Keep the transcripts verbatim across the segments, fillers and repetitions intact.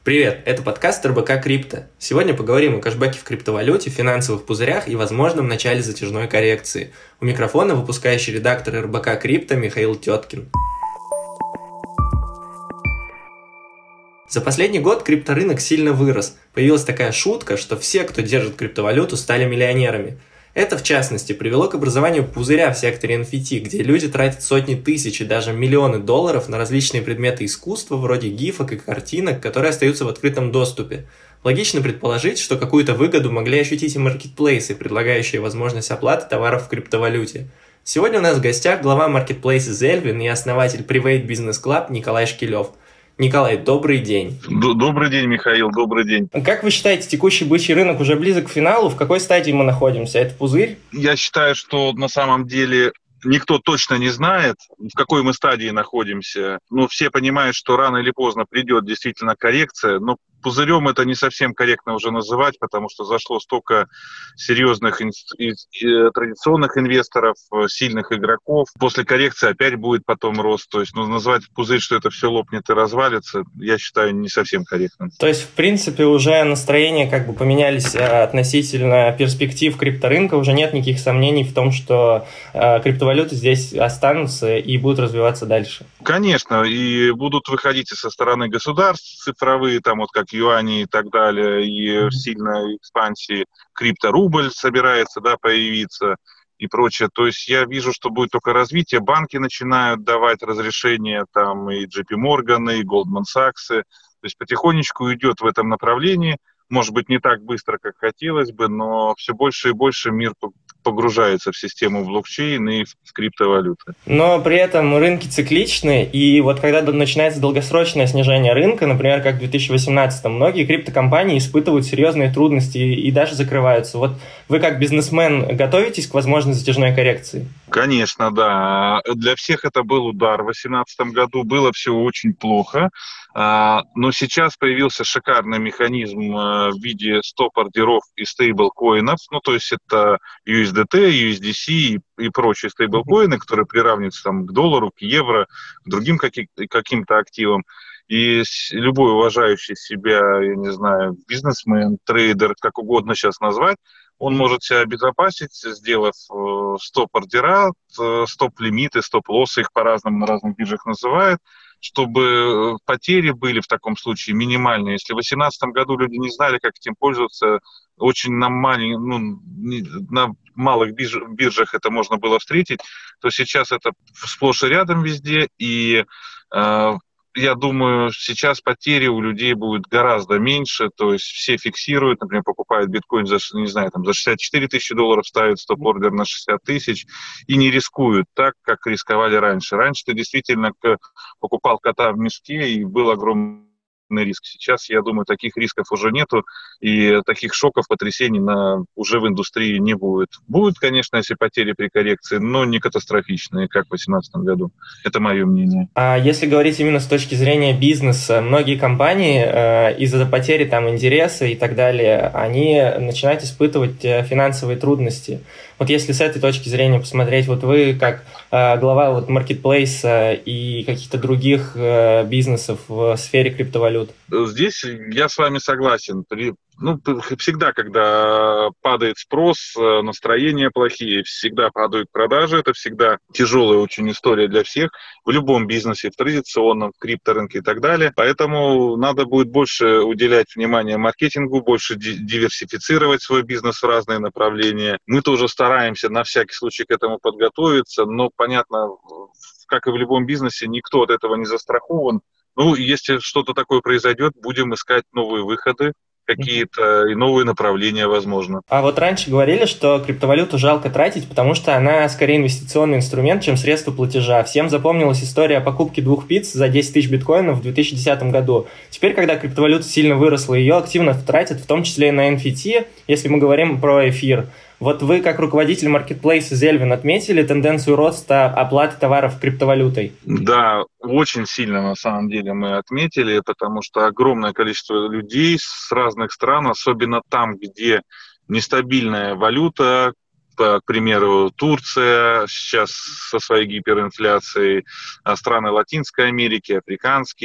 Привет, это подкаст эр бэ ка Крипто. Сегодня поговорим о кэшбэке в криптовалюте, финансовых пузырях и возможном начале затяжной коррекции. У микрофона выпускающий редактор эр бэ ка Крипто Михаил Теткин. За последний год крипторынок сильно вырос. Появилась такая шутка, что все, кто держит криптовалюту, стали миллионерами. Это, в частности, привело к образованию пузыря в секторе эн эф ти, где люди тратят сотни тысяч и даже миллионы долларов на различные предметы искусства, вроде гифок и картинок, которые остаются в открытом доступе. Логично предположить, что какую-то выгоду могли ощутить и маркетплейсы, предлагающие возможность оплаты товаров в криптовалюте. Сегодня у нас в гостях глава маркетплейса Зельвин и основатель Private Business Club Николай Шкилев. Николай, добрый день. Добрый день, Михаил, добрый день. Как вы считаете, текущий бычий рынок уже близок к финалу? В какой стадии мы находимся? Это пузырь? Я считаю, что на самом деле никто точно не знает, в какой мы стадии находимся. Но все понимают, что рано или поздно придет действительно коррекция, но пузырем это не совсем корректно уже называть, потому что зашло столько серьезных ин- и- и традиционных инвесторов, сильных игроков. После коррекции опять будет потом рост. То есть ну, назвать пузырь, что это все лопнет и развалится, я считаю, не совсем корректно. То есть, в принципе, уже настроения как бы поменялись относительно перспектив крипторынка. Уже нет никаких сомнений в том, что э, криптовалюты здесь останутся и будут развиваться дальше. Конечно, и будут выходить и со стороны государств цифровые, там вот как юани и так далее, и в сильной экспансии крипторубль собирается, да, появиться и прочее. То есть я вижу, что будет только развитие. Банки начинают давать разрешения, там и джей пи Morgan, и Goldman Sachs. То есть потихонечку идет в этом направлении. Может быть, не так быстро, как хотелось бы, но все больше и больше мир погружается в систему блокчейн и в криптовалюты. Но при этом рынки цикличны, и вот когда начинается долгосрочное снижение рынка, например, как в две тысячи восемнадцатом, многие криптокомпании испытывают серьезные трудности и даже закрываются. Вот вы как бизнесмен готовитесь к возможной затяжной коррекции? Конечно, да. Для всех это был удар. В две тысячи восемнадцатом году было все очень плохо, но сейчас появился шикарный механизм в виде стоп-ордеров и стейблкоинов, ну то есть это ю эс ди ти, ю эс ди си и прочие стейблкоины, которые приравниваются там, к доллару, к евро, к другим каким- каким-то активам. И любой уважающий себя, я не знаю, бизнесмен, трейдер, как угодно сейчас назвать, он может себя обезопасить, сделав э, стоп-ордера, э, стоп-лимиты, стоп-лоссы, их по-разному на разных биржах называют, чтобы потери были в таком случае минимальные. Если в две тысячи восемнадцатом году люди не знали, как этим пользоваться, очень на, малень... ну, на малых бирж... биржах это можно было встретить, то сейчас это сплошь и рядом везде, и э, я думаю, сейчас потери у людей будут гораздо меньше, то есть все фиксируют, например, покупают биткоин за, не знаю, там, за шестьдесят четыре тысячи долларов, ставят стоп-ордер на шестьдесят тысяч и не рискуют так, как рисковали раньше. Раньше ты действительно покупал кота в мешке и был огромный риск. Сейчас, я думаю, таких рисков уже нету, и таких шоков, потрясений на, уже в индустрии не будет. Будут, конечно, если потери при коррекции, но не катастрофичные, как в две тысячи восемнадцатом году. Это мое мнение. А если говорить именно с точки зрения бизнеса, многие компании э, из-за потери там интереса и так далее, они начинают испытывать э, финансовые трудности. Вот если с этой точки зрения посмотреть, вот вы как э, глава вот маркетплейса и каких-то других э, бизнесов в сфере криптовалют. Здесь я с вами согласен. При, ну, всегда, когда падает спрос, настроения плохие, всегда падают продажи, это всегда тяжелая очень история для всех, в любом бизнесе, в традиционном, в крипторынке и так далее. Поэтому надо будет больше уделять внимание маркетингу, больше диверсифицировать свой бизнес в разные направления. Мы тоже стараемся на всякий случай к этому подготовиться, но, понятно, как и в любом бизнесе, никто от этого не застрахован. Ну, если что-то такое произойдет, будем искать новые выходы, какие-то и новые направления, возможно. А вот раньше говорили, что криптовалюту жалко тратить, потому что она скорее инвестиционный инструмент, чем средство платежа. Всем запомнилась история о покупке двух пиц за десять тысяч биткоинов в две тысячи десятом году. Теперь, когда криптовалюта сильно выросла, ее активно тратят, в том числе и на эн эф ти, если мы говорим про эфир. Вот вы, как руководитель маркетплейса Зельвин, отметили тенденцию роста оплаты товаров криптовалютой? Да, очень сильно на самом деле мы отметили, потому что огромное количество людей с разных стран, особенно там, где нестабильная валюта, к примеру, Турция сейчас со своей гиперинфляцией, страны Латинской Америки, африканские,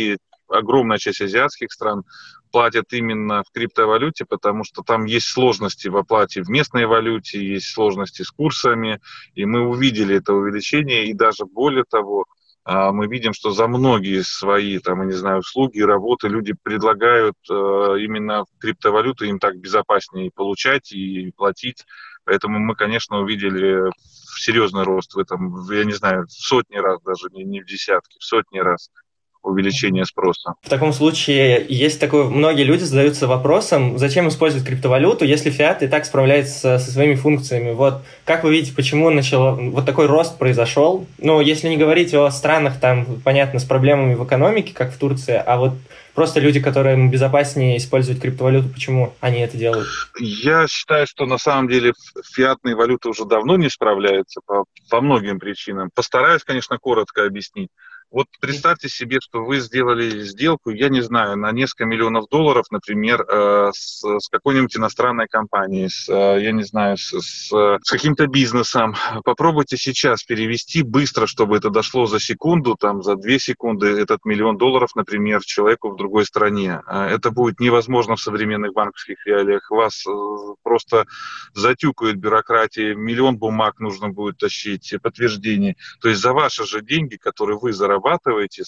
огромная часть азиатских стран платят именно в криптовалюте, потому что там есть сложности в оплате в местной валюте, есть сложности с курсами, и мы увидели это увеличение, и даже более того, мы видим, что за многие свои, там, я не знаю, услуги, работы люди предлагают именно криптовалюту, им так безопаснее получать и платить. Поэтому мы, конечно, увидели серьезный рост в этом, я не знаю, в сотни раз даже, не, не в десятки, в сотни раз увеличение спроса. В таком случае есть такое, многие люди задаются вопросом, зачем использовать криптовалюту, если фиат и так справляется со своими функциями. Вот как вы видите, почему начало, вот такой рост произошел? Ну, если не говорить о странах, там, понятно, с проблемами в экономике, как в Турции, а вот просто люди, которым безопаснее использовать криптовалюту, почему они это делают? Я считаю, что на самом деле фиатные валюты уже давно не справляются по, по многим причинам. Постараюсь, конечно, коротко объяснить. Вот представьте себе, что вы сделали сделку, я не знаю, на несколько миллионов долларов, например, э, с, с какой-нибудь иностранной компанией, с, э, я не знаю, с, с, с каким-то бизнесом. Попробуйте сейчас перевести быстро, чтобы это дошло за секунду, там, за две секунды, этот миллион долларов, например, человеку в другой стране. Это будет невозможно в современных банковских реалиях. Вас э, просто затюкают бюрократии, миллион бумаг нужно будет тащить, подтверждений. То есть за ваши же деньги, которые вы заработали, зарабатываете,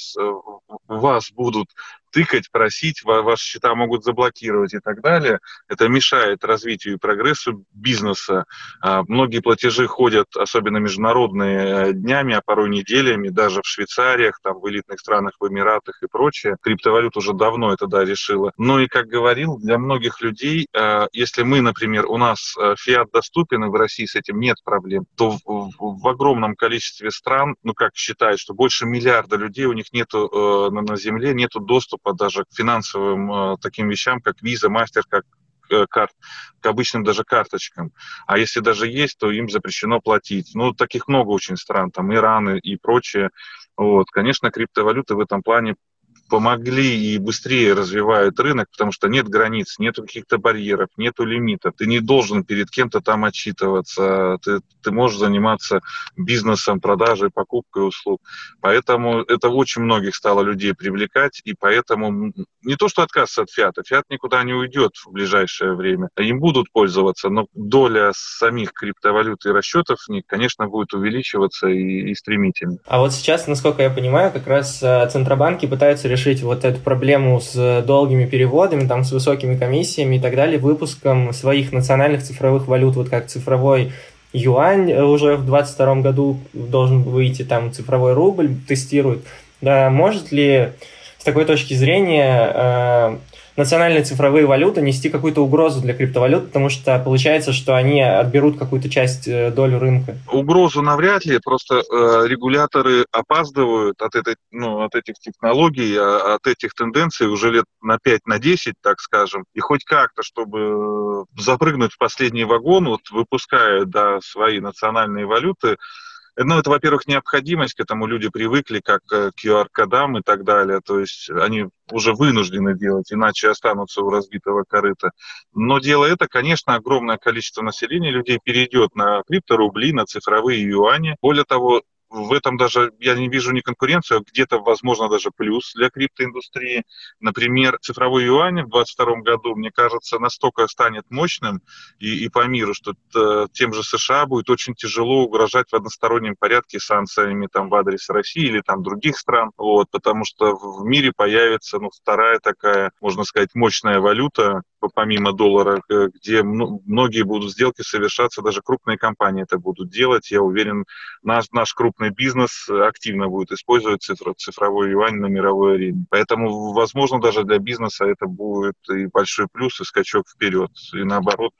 вас будут тыкать, просить, ваши счета могут заблокировать и так далее. Это мешает развитию и прогрессу бизнеса. Многие платежи ходят, особенно международные, днями, а порой неделями, даже в Швейцариях, там, в элитных странах, в Эмиратах и прочее. Криптовалюта уже давно это, да, решила. Но и, как говорил, для многих людей, если мы, например, у нас фиат доступен, и в России с этим нет проблем, то в, в, в огромном количестве стран, ну, как считают, что больше миллиарда людей, у них нету э, на, на земле, нету доступа даже к финансовым э, таким вещам, как Visa, MasterCard, э, карт, к обычным даже карточкам. А если даже есть, то им запрещено платить. Ну, таких много очень стран, там Иран и, и прочее. Вот. Конечно, криптовалюты в этом плане помогли и быстрее развивают рынок, потому что нет границ, нет каких-то барьеров, нет лимитов. Ты не должен перед кем-то там отчитываться, ты, ты можешь заниматься бизнесом, продажей, покупкой услуг. Поэтому это очень многих стало людей привлекать, и поэтому не то, что отказ от фиата, фиат никуда не уйдет в ближайшее время. Им будут пользоваться, но доля самих криптовалют и расчетов в них, конечно, будет увеличиваться и, и стремительно. А вот сейчас, насколько я понимаю, как раз центробанки пытаются решить решить вот эту проблему с долгими переводами, там, с высокими комиссиями и так далее, выпуском своих национальных цифровых валют, вот как цифровой юань уже в двадцать втором году должен выйти, там, цифровой рубль тестируют. Да, может ли с такой точки зрения э, национальные цифровые валюты нести какую-то угрозу для криптовалют, потому что получается, что они отберут какую-то часть, э, долю рынка? Угрозу навряд ли, просто э, регуляторы опаздывают от, этой, ну, от этих технологий, от этих тенденций уже лет на пять, на десять, так скажем, и хоть как-то, чтобы запрыгнуть в последний вагон, вот выпуская, да, свои национальные валюты. Ну, это, во-первых, необходимость, к этому люди привыкли, как к ку ар-кодам и так далее, то есть они уже вынуждены делать, иначе останутся у разбитого корыта. Но делая это, конечно, огромное количество населения людей перейдет на крипторубли, на цифровые юани. Более того, в этом даже я не вижу ни конкуренцию, а где-то, возможно, даже плюс для криптоиндустрии. Например, цифровой юань в двадцать втором году, мне кажется, настолько станет мощным и, и по миру, что тем же США будет очень тяжело угрожать в одностороннем порядке санкциями там, в адрес России или там, других стран, вот, потому что в мире появится ну, вторая такая, можно сказать, мощная валюта, помимо доллара, где многие будут сделки совершаться, даже крупные компании это будут делать. Я уверен, наш, наш крупный бизнес активно будет использовать цифр, цифровой юань на мировой арене. Поэтому, возможно, даже для бизнеса это будет и большой плюс, и скачок вперед, и наоборот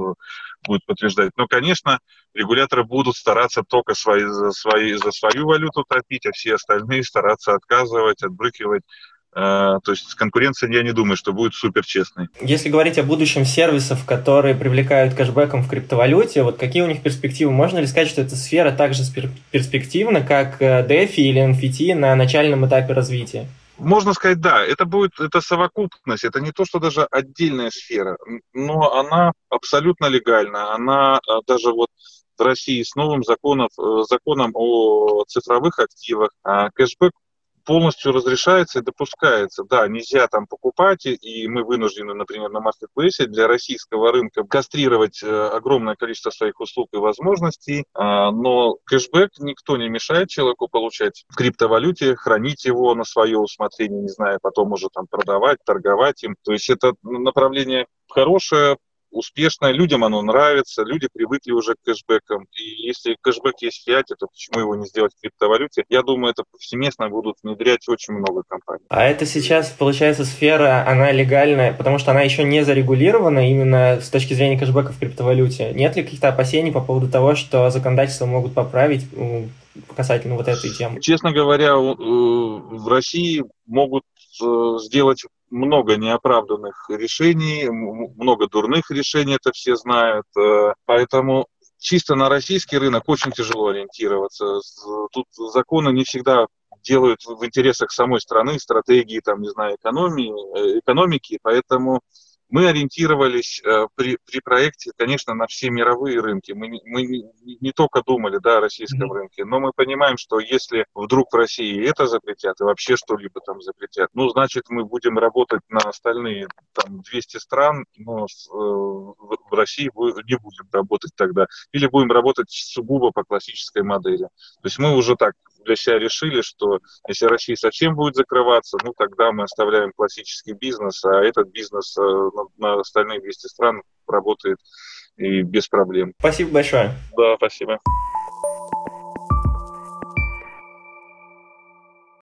будет подтверждать. Но, конечно, регуляторы будут стараться только свои, за, свои, за свою валюту топить, а все остальные стараться отказывать, отбрыкивать. То есть конкуренция, я не думаю, что будет суперчестной. Если говорить о будущем сервисов, которые привлекают кэшбэком в криптовалюте, вот какие у них перспективы? Можно ли сказать, что эта сфера так же перспективна, как дефи или эн эф ти на начальном этапе развития? Можно сказать, да, это будет это совокупность, это не то, что даже отдельная сфера, но она абсолютно легальна, она даже вот в России с новым законом, законом о цифровых активах, кэшбэк полностью разрешается и допускается. Да, нельзя там покупать, и мы вынуждены, например, на маркетплейсе для российского рынка кастрировать огромное количество своих услуг и возможностей, но кэшбэк никто не мешает человеку получать в криптовалюте, хранить его на свое усмотрение, не знаю, потом уже там продавать, торговать им. То есть это направление хорошее, успешное, людям оно нравится, люди привыкли уже к кэшбэкам. И если кэшбэк есть в фиате, то почему его не сделать в криптовалюте? Я думаю, это повсеместно будут внедрять очень много компаний. А это сейчас, получается, сфера, она легальная, потому что она еще не зарегулирована именно с точки зрения кэшбэка в криптовалюте. Нет ли каких-то опасений по поводу того, что законодательство могут поправить касательно вот этой темы? Честно говоря, в России могут сделать много неоправданных решений, много дурных решений, это все знают. Поэтому чисто на российский рынок очень тяжело ориентироваться. Тут законы не всегда делают в интересах самой страны, стратегии, там, не знаю, экономии, экономики, поэтому мы ориентировались э, при, при проекте, конечно, на все мировые рынки. Мы, мы не, не только думали, да, о российском mm-hmm. рынке, но мы понимаем, что если вдруг в России это запретят и вообще что-либо там запретят, ну, значит, мы будем работать на остальные там двести стран, но с, э, в России не будем работать тогда. Или будем работать сугубо по классической модели. То есть мы уже так для себя решили, что если Россия совсем будет закрываться, ну тогда мы оставляем классический бизнес, а этот бизнес на, на остальные двести стран работает и без проблем. Спасибо большое. Да, спасибо.